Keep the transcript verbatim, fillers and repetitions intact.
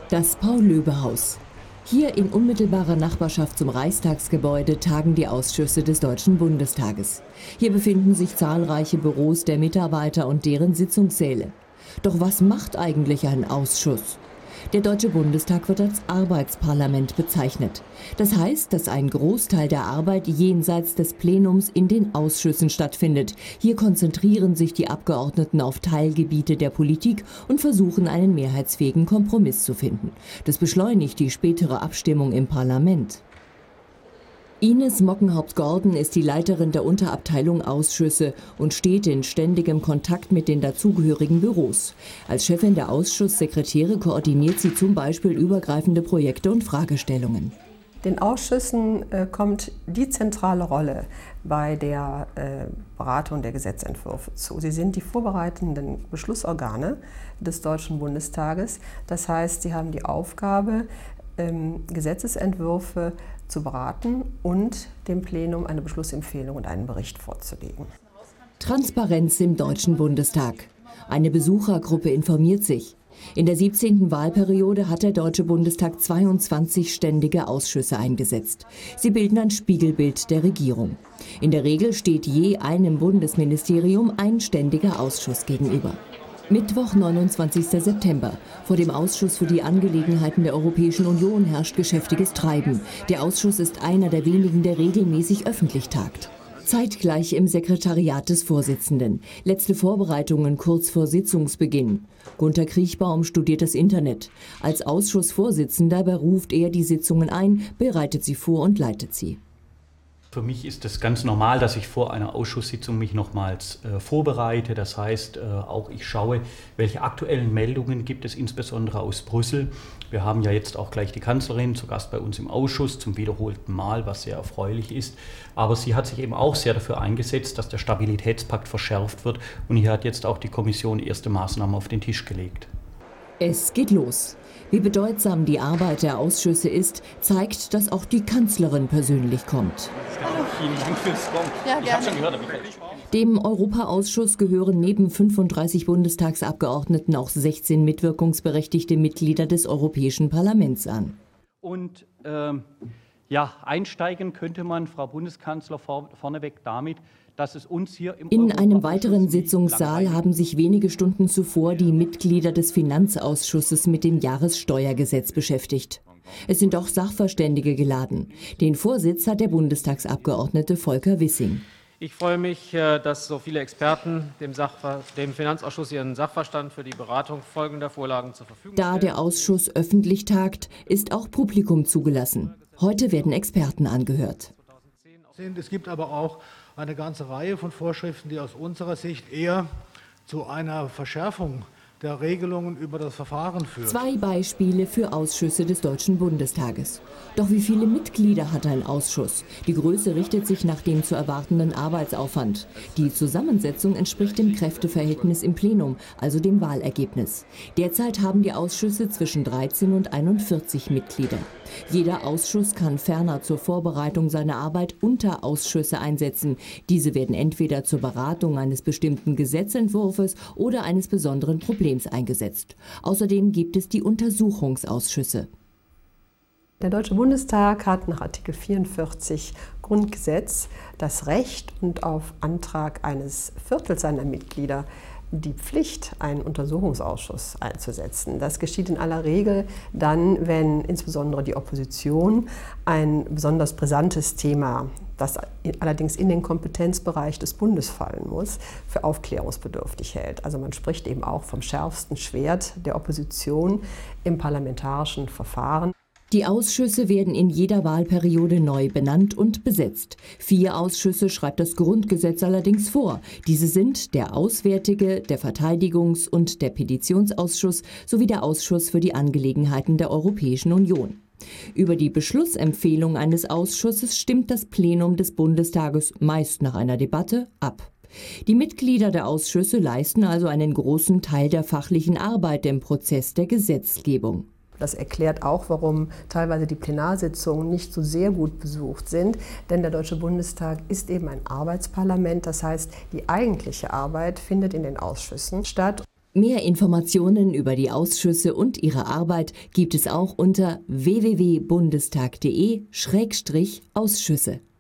Das Paul-Löbe-Haus. Hier in unmittelbarer Nachbarschaft zum Reichstagsgebäude tagen die Ausschüsse des Deutschen Bundestages. Hier befinden sich zahlreiche Büros der Mitarbeiter und deren Sitzungssäle. Doch was macht eigentlich ein Ausschuss? Der Deutsche Bundestag wird als Arbeitsparlament bezeichnet. Das heißt, dass ein Großteil der Arbeit jenseits des Plenums in den Ausschüssen stattfindet. Hier konzentrieren sich die Abgeordneten auf Teilgebiete der Politik und versuchen, einen mehrheitsfähigen Kompromiss zu finden. Das beschleunigt die spätere Abstimmung im Parlament. Ines Mockenhaupt-Gordon ist die Leiterin der Unterabteilung Ausschüsse und steht in ständigem Kontakt mit den dazugehörigen Büros. Als Chefin der Ausschusssekretäre koordiniert sie zum Beispiel übergreifende Projekte und Fragestellungen. Den Ausschüssen äh, kommt die zentrale Rolle bei der äh, Beratung der Gesetzentwürfe zu. Sie sind die vorbereitenden Beschlussorgane des Deutschen Bundestages. Das heißt, sie haben die Aufgabe, ähm, Gesetzesentwürfe zu beraten und dem Plenum eine Beschlussempfehlung und einen Bericht vorzulegen. Transparenz im Deutschen Bundestag. Eine Besuchergruppe informiert sich. In der siebzehnten Wahlperiode hat der Deutsche Bundestag zweiundzwanzig ständige Ausschüsse eingesetzt. Sie bilden ein Spiegelbild der Regierung. In der Regel steht je einem Bundesministerium ein ständiger Ausschuss gegenüber. Mittwoch, neunundzwanzigster September. Vor dem Ausschuss für die Angelegenheiten der Europäischen Union herrscht geschäftiges Treiben. Der Ausschuss ist einer der wenigen, der regelmäßig öffentlich tagt. Zeitgleich im Sekretariat des Vorsitzenden. Letzte Vorbereitungen kurz vor Sitzungsbeginn. Gunter Kriechbaum studiert das Internet. Als Ausschussvorsitzender beruft er die Sitzungen ein, bereitet sie vor und leitet sie. Für mich ist es ganz normal, dass ich vor einer Ausschusssitzung mich nochmals äh, vorbereite. Das heißt, äh, auch ich schaue, welche aktuellen Meldungen gibt es, insbesondere aus Brüssel. Wir haben ja jetzt auch gleich die Kanzlerin zu Gast bei uns im Ausschuss zum wiederholten Mal, was sehr erfreulich ist. Aber sie hat sich eben auch sehr dafür eingesetzt, dass der Stabilitätspakt verschärft wird. Und hier hat jetzt auch die Kommission erste Maßnahmen auf den Tisch gelegt. Es geht los. Wie bedeutsam die Arbeit der Ausschüsse ist, zeigt, dass auch die Kanzlerin persönlich kommt. Vielen Dank fürs Kommen. Ja, ich habe schon gehört, aber ich Dem Europaausschuss gehören neben fünfunddreißig Bundestagsabgeordneten auch sechzehn mitwirkungsberechtigte Mitglieder des Europäischen Parlaments an. Und ähm, ja, einsteigen könnte man, Frau Bundeskanzler, vor, vorneweg damit, dass es uns hier im In einem weiteren Sitzungssaal haben sich wenige Stunden zuvor die Mitglieder des Finanzausschusses mit dem Jahressteuergesetz beschäftigt. Es sind auch Sachverständige geladen. Den Vorsitz hat der Bundestagsabgeordnete Volker Wissing. Ich freue mich, dass so viele Experten dem, Sachver- dem Finanzausschuss ihren Sachverstand für die Beratung folgender Vorlagen zur Verfügung stellen. Da der Ausschuss öffentlich tagt, ist auch Publikum zugelassen. Heute werden Experten angehört. Es gibt aber auch eine ganze Reihe von Vorschriften, die aus unserer Sicht eher zu einer Verschärfung der Regelungen über das Verfahren führen. Zwei Beispiele für Ausschüsse des Deutschen Bundestages. Doch wie viele Mitglieder hat ein Ausschuss? Die Größe richtet sich nach dem zu erwartenden Arbeitsaufwand. Die Zusammensetzung entspricht dem Kräfteverhältnis im Plenum, also dem Wahlergebnis. Derzeit haben die Ausschüsse zwischen dreizehn und einundvierzig Mitglieder. Jeder Ausschuss kann ferner zur Vorbereitung seiner Arbeit Unterausschüsse einsetzen. Diese werden entweder zur Beratung eines bestimmten Gesetzentwurfs oder eines besonderen Problems eingesetzt. Außerdem gibt es die Untersuchungsausschüsse. Der Deutsche Bundestag hat nach Artikel vierundvierzig Grundgesetz das Recht und auf Antrag eines Viertels seiner Mitglieder die Pflicht, einen Untersuchungsausschuss einzusetzen. Das geschieht in aller Regel dann, wenn insbesondere die Opposition ein besonders brisantes Thema, das allerdings in den Kompetenzbereich des Bundes fallen muss, für aufklärungsbedürftig hält. Also man spricht eben auch vom schärfsten Schwert der Opposition im parlamentarischen Verfahren. Die Ausschüsse werden in jeder Wahlperiode neu benannt und besetzt. Vier Ausschüsse schreibt das Grundgesetz allerdings vor. Diese sind der Auswärtige, der Verteidigungs- und der Petitionsausschuss sowie der Ausschuss für die Angelegenheiten der Europäischen Union. Über die Beschlussempfehlung eines Ausschusses stimmt das Plenum des Bundestages meist nach einer Debatte ab. Die Mitglieder der Ausschüsse leisten also einen großen Teil der fachlichen Arbeit im Prozess der Gesetzgebung. Das erklärt auch, warum teilweise die Plenarsitzungen nicht so sehr gut besucht sind. Denn der Deutsche Bundestag ist eben ein Arbeitsparlament. Das heißt, die eigentliche Arbeit findet in den Ausschüssen statt. Mehr Informationen über die Ausschüsse und ihre Arbeit gibt es auch unter w w w punkt bundestag punkt de Schrägstrich Ausschüsse.